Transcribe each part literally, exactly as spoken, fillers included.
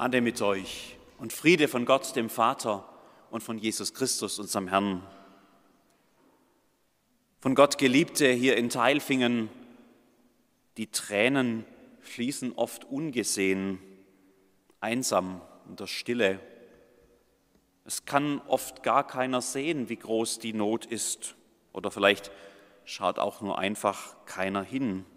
Gnade mit euch und Friede von Gott, dem Vater und von Jesus Christus, unserem Herrn. Von Gott Geliebte hier in Tailfingen, die Tränen fließen oft ungesehen, einsam in der Stille. Es kann oft gar keiner sehen, wie groß die Not ist, oder vielleicht schaut auch nur einfach keiner hin.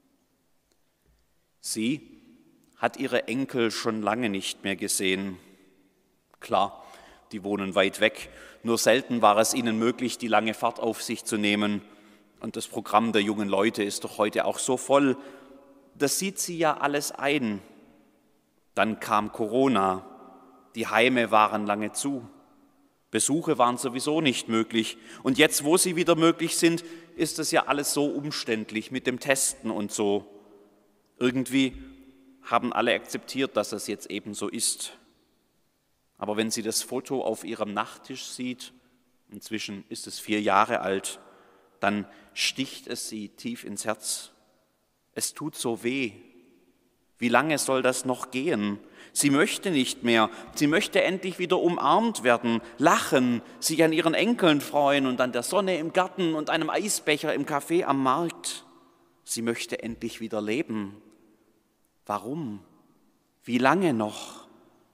Sie hat ihre Enkel schon lange nicht mehr gesehen. Klar, die wohnen weit weg, nur selten war es ihnen möglich, die lange Fahrt auf sich zu nehmen. Und das Programm der jungen Leute ist doch heute auch so voll. Das sieht sie ja alles ein. Dann kam Corona, die Heime waren lange zu. Besuche waren sowieso nicht möglich. Und jetzt, wo sie wieder möglich sind, ist es ja alles so umständlich mit dem Testen und so. Irgendwie haben alle akzeptiert, dass es jetzt eben so ist. Aber wenn sie das Foto auf ihrem Nachttisch sieht, inzwischen ist es vier Jahre alt, dann sticht es sie tief ins Herz. Es tut so weh. Wie lange soll das noch gehen? Sie möchte nicht mehr. Sie möchte endlich wieder umarmt werden, lachen, sich an ihren Enkeln freuen und an der Sonne im Garten und einem Eisbecher im Café am Markt. Sie möchte endlich wieder leben. Warum? Wie lange noch?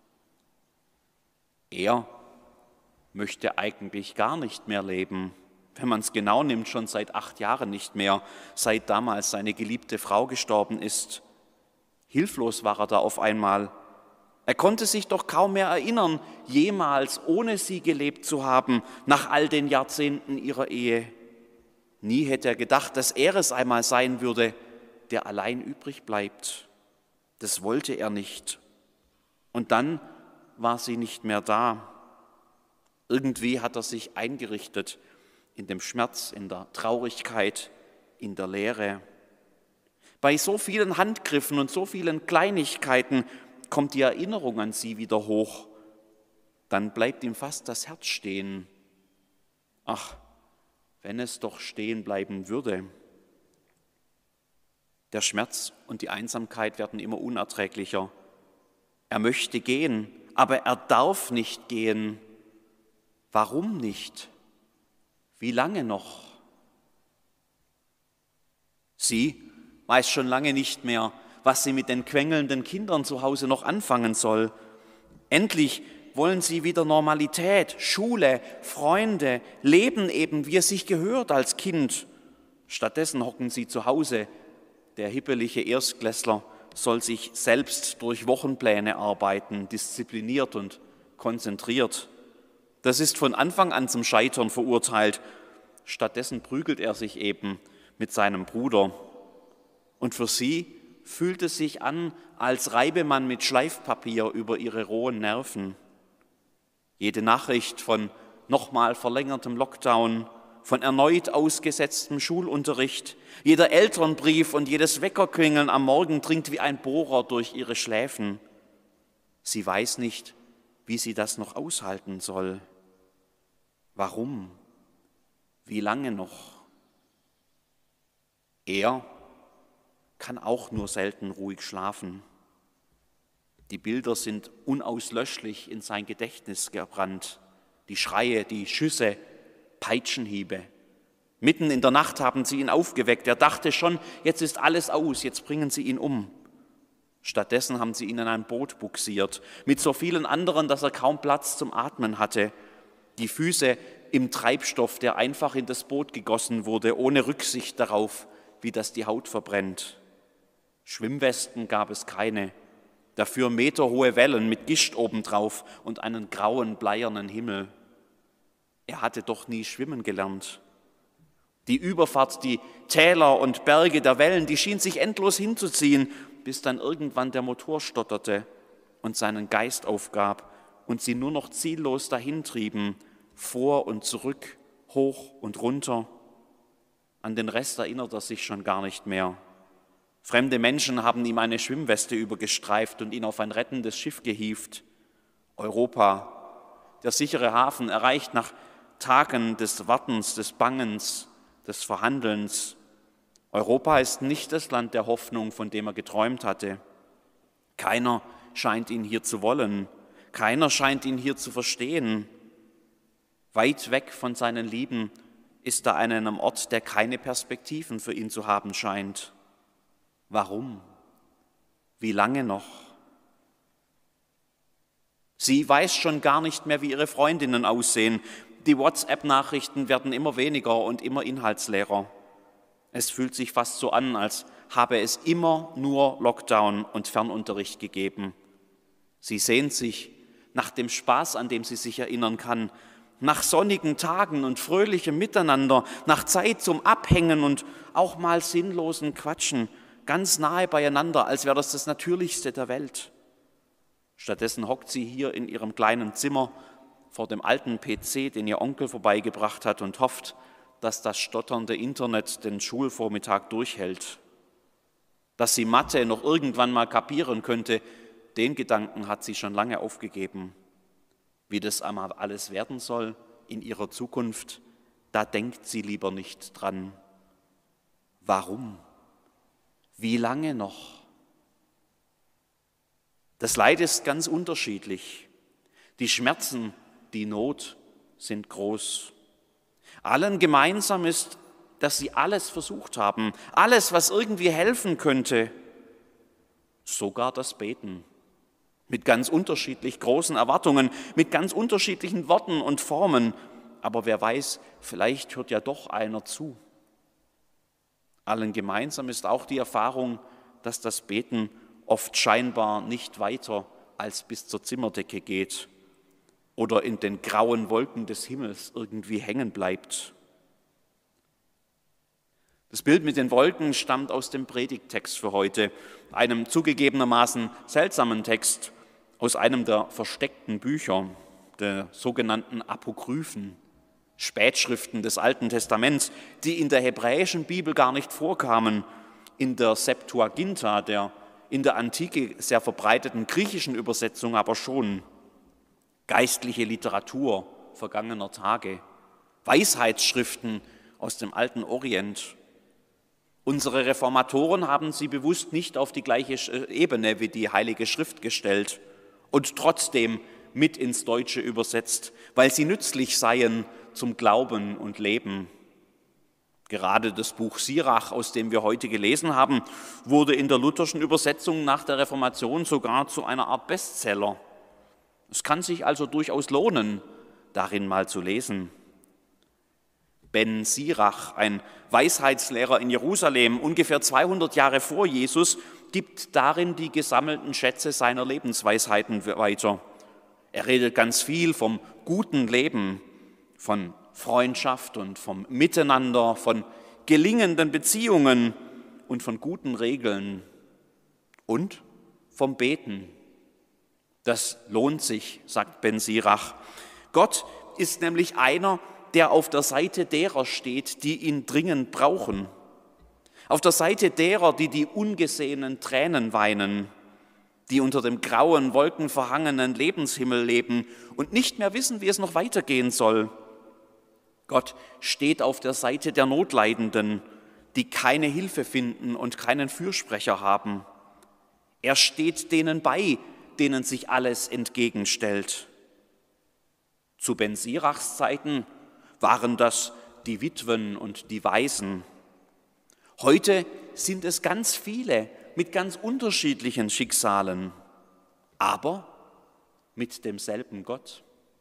Er möchte eigentlich gar nicht mehr leben. Wenn man es genau nimmt, schon seit acht Jahren nicht mehr, seit damals seine geliebte Frau gestorben ist. Hilflos war er da auf einmal. Er konnte sich doch kaum mehr erinnern, jemals ohne sie gelebt zu haben, nach all den Jahrzehnten ihrer Ehe. Nie hätte er gedacht, dass er es einmal sein würde, der allein übrig bleibt. Das wollte er nicht. Und dann war sie nicht mehr da. Irgendwie hat er sich eingerichtet in dem Schmerz, in der Traurigkeit, in der Leere. Bei so vielen Handgriffen und so vielen Kleinigkeiten kommt die Erinnerung an sie wieder hoch. Dann bleibt ihm fast das Herz stehen. Ach, wenn es doch stehen bleiben würde. Der Schmerz und die Einsamkeit werden immer unerträglicher. Er möchte gehen, aber er darf nicht gehen. Warum nicht? Wie lange noch? Sie weiß schon lange nicht mehr, was sie mit den quengelnden Kindern zu Hause noch anfangen soll. Endlich wollen sie wieder Normalität, Schule, Freunde, Leben eben, wie es sich gehört als Kind. Stattdessen hocken sie zu Hause. Der hippelige Erstklässler soll sich selbst durch Wochenpläne arbeiten, diszipliniert und konzentriert. Das ist von Anfang an zum Scheitern verurteilt. Stattdessen prügelt er sich eben mit seinem Bruder. Und für sie fühlt es sich an, als reibe man mit Schleifpapier über ihre rohen Nerven. Jede Nachricht von nochmal verlängertem Lockdown, von erneut ausgesetztem Schulunterricht, jeder Elternbrief und jedes Weckerklingeln am Morgen dringt wie ein Bohrer durch ihre Schläfen. Sie weiß nicht, wie sie das noch aushalten soll. Warum? Wie lange noch? Er kann auch nur selten ruhig schlafen. Die Bilder sind unauslöschlich in sein Gedächtnis gebrannt. Die Schreie, die Schüsse, Peitschenhiebe. Mitten in der Nacht haben sie ihn aufgeweckt. Er dachte schon, jetzt ist alles aus, jetzt bringen sie ihn um. Stattdessen haben sie ihn in ein Boot bugsiert, mit so vielen anderen, dass er kaum Platz zum Atmen hatte. Die Füße im Treibstoff, der einfach in das Boot gegossen wurde, ohne Rücksicht darauf, wie das die Haut verbrennt. Schwimmwesten gab es keine, dafür meterhohe Wellen mit Gischt obendrauf und einen grauen, bleiernen Himmel. Er hatte doch nie schwimmen gelernt. Die Überfahrt, die Täler und Berge der Wellen, die schien sich endlos hinzuziehen, bis dann irgendwann der Motor stotterte und seinen Geist aufgab und sie nur noch ziellos dahintrieben, vor und zurück, hoch und runter. An den Rest erinnert er sich schon gar nicht mehr. Fremde Menschen haben ihm eine Schwimmweste übergestreift und ihn auf ein rettendes Schiff gehievt. Europa, der sichere Hafen, erreicht nach Tagen des Wartens, des Bangens, des Verhandelns. Europa ist nicht das Land der Hoffnung, von dem er geträumt hatte. Keiner scheint ihn hier zu wollen. Keiner scheint ihn hier zu verstehen. Weit weg von seinen Lieben ist er an einem Ort, der keine Perspektiven für ihn zu haben scheint. Warum? Wie lange noch? Sie weiß schon gar nicht mehr, wie ihre Freundinnen aussehen. Die WhatsApp-Nachrichten werden immer weniger und immer inhaltsleerer. Es fühlt sich fast so an, als habe es immer nur Lockdown und Fernunterricht gegeben. Sie sehnt sich nach dem Spaß, an dem sie sich erinnern kann, nach sonnigen Tagen und fröhlichem Miteinander, nach Zeit zum Abhängen und auch mal sinnlosen Quatschen, ganz nahe beieinander, als wäre das das Natürlichste der Welt. Stattdessen hockt sie hier in ihrem kleinen Zimmer vor dem alten P C, den ihr Onkel vorbeigebracht hat, und hofft, dass das stotternde Internet den Schulvormittag durchhält. Dass sie Mathe noch irgendwann mal kapieren könnte, den Gedanken hat sie schon lange aufgegeben. Wie das einmal alles werden soll in ihrer Zukunft, da denkt sie lieber nicht dran. Warum? Wie lange noch? Das Leid ist ganz unterschiedlich. Die Schmerzen, die Not sind groß. Allen gemeinsam ist, dass sie alles versucht haben, alles, was irgendwie helfen könnte, sogar das Beten, mit ganz unterschiedlich großen Erwartungen, mit ganz unterschiedlichen Worten und Formen. Aber wer weiß, vielleicht hört ja doch einer zu. Allen gemeinsam ist auch die Erfahrung, dass das Beten oft scheinbar nicht weiter als bis zur Zimmerdecke geht oder in den grauen Wolken des Himmels irgendwie hängen bleibt. Das Bild mit den Wolken stammt aus dem Predigttext für heute, einem zugegebenermaßen seltsamen Text aus einem der versteckten Bücher, der sogenannten Apokryphen, Spätschriften des Alten Testaments, die in der hebräischen Bibel gar nicht vorkamen, in der Septuaginta, der in der Antike sehr verbreiteten griechischen Übersetzung aber schon. Geistliche Literatur vergangener Tage, Weisheitsschriften aus dem alten Orient. Unsere Reformatoren haben sie bewusst nicht auf die gleiche Ebene wie die Heilige Schrift gestellt und trotzdem mit ins Deutsche übersetzt, weil sie nützlich seien zum Glauben und Leben. Gerade das Buch Sirach, aus dem wir heute gelesen haben, wurde in der lutherschen Übersetzung nach der Reformation sogar zu einer Art Bestseller. Es kann sich also durchaus lohnen, darin mal zu lesen. Ben Sirach, ein Weisheitslehrer in Jerusalem, ungefähr zweihundert Jahre vor Jesus, gibt darin die gesammelten Schätze seiner Lebensweisheiten weiter. Er redet ganz viel vom guten Leben, von Freundschaft und vom Miteinander, von gelingenden Beziehungen und von guten Regeln und vom Beten. Das lohnt sich, sagt Ben Sirach. Gott ist nämlich einer, der auf der Seite derer steht, die ihn dringend brauchen. Auf der Seite derer, die die ungesehenen Tränen weinen, die unter dem grauen, wolkenverhangenen Lebenshimmel leben und nicht mehr wissen, wie es noch weitergehen soll. Gott steht auf der Seite der Notleidenden, die keine Hilfe finden und keinen Fürsprecher haben. Er steht denen bei, denen sich alles entgegenstellt. Zu Ben Sirachs Zeiten waren das die Witwen und die Waisen. Heute sind es ganz viele mit ganz unterschiedlichen Schicksalen, aber mit demselben Gott.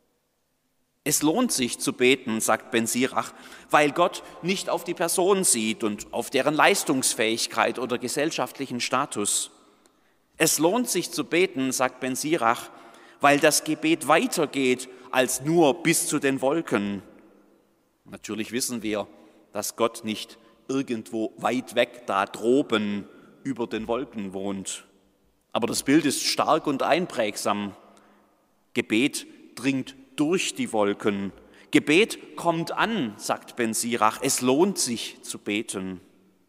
Es lohnt sich zu beten, sagt Ben Sirach, weil Gott nicht auf die Person sieht und auf deren Leistungsfähigkeit oder gesellschaftlichen Status. Es lohnt sich zu beten, sagt Ben Sirach, weil das Gebet weitergeht als nur bis zu den Wolken. Natürlich wissen wir, dass Gott nicht irgendwo weit weg da droben über den Wolken wohnt. Aber das Bild ist stark und einprägsam. Gebet dringt durch die Wolken. Gebet kommt an, sagt Ben Sirach. Es lohnt sich zu beten.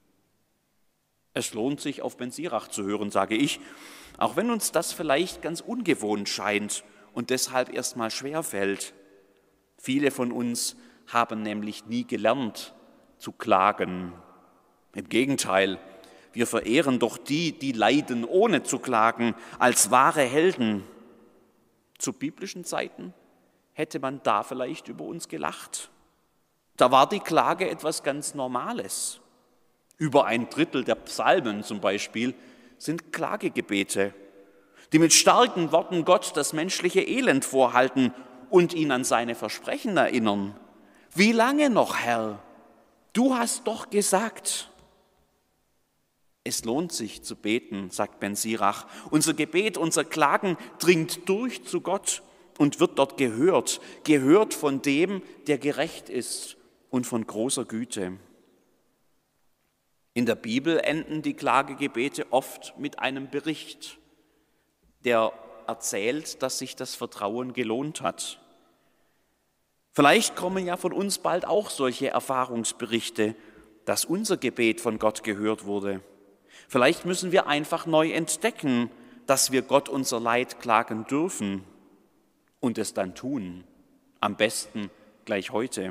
Es lohnt sich, auf Ben Sirach zu hören, sage ich, auch wenn uns das vielleicht ganz ungewohnt scheint und deshalb erstmal schwerfällt. Viele von uns haben nämlich nie gelernt zu klagen. Im Gegenteil, Wir verehren doch die, die leiden, ohne zu klagen, als wahre Helden. Zu biblischen Zeiten hätte man da vielleicht über uns gelacht. Da war die Klage etwas ganz Normales. Über ein Drittel der Psalmen zum Beispiel sind Klagegebete, die mit starken Worten Gott das menschliche Elend vorhalten und ihn an seine Versprechen erinnern. Wie lange noch, Herr? Du hast doch gesagt. Es lohnt sich zu beten, sagt Ben Sirach. Unser Gebet, unser Klagen dringt durch zu Gott und wird dort gehört, gehört von dem, der gerecht ist und von großer Güte. In der Bibel enden die Klagegebete oft mit einem Bericht, der erzählt, dass sich das Vertrauen gelohnt hat. Vielleicht kommen ja von uns bald auch solche Erfahrungsberichte, dass unser Gebet von Gott gehört wurde. Vielleicht müssen wir einfach neu entdecken, dass wir Gott unser Leid klagen dürfen und es dann tun, am besten gleich heute.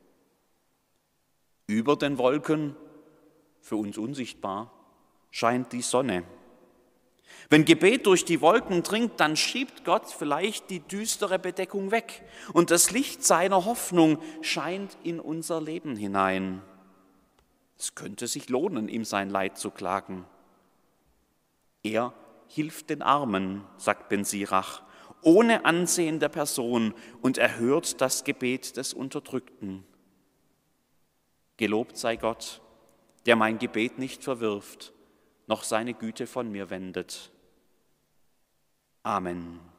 Über den Wolken, für uns unsichtbar, scheint die Sonne. Wenn Gebet durch die Wolken dringt, dann schiebt Gott vielleicht die düstere Bedeckung weg und das Licht seiner Hoffnung scheint in unser Leben hinein. Es könnte sich lohnen, ihm sein Leid zu klagen. Er hilft den Armen, sagt Ben Sirach, ohne Ansehen der Person und erhört das Gebet des Unterdrückten. Gelobt sei Gott, der mein Gebet nicht verwirft, noch seine Güte von mir wendet. Amen.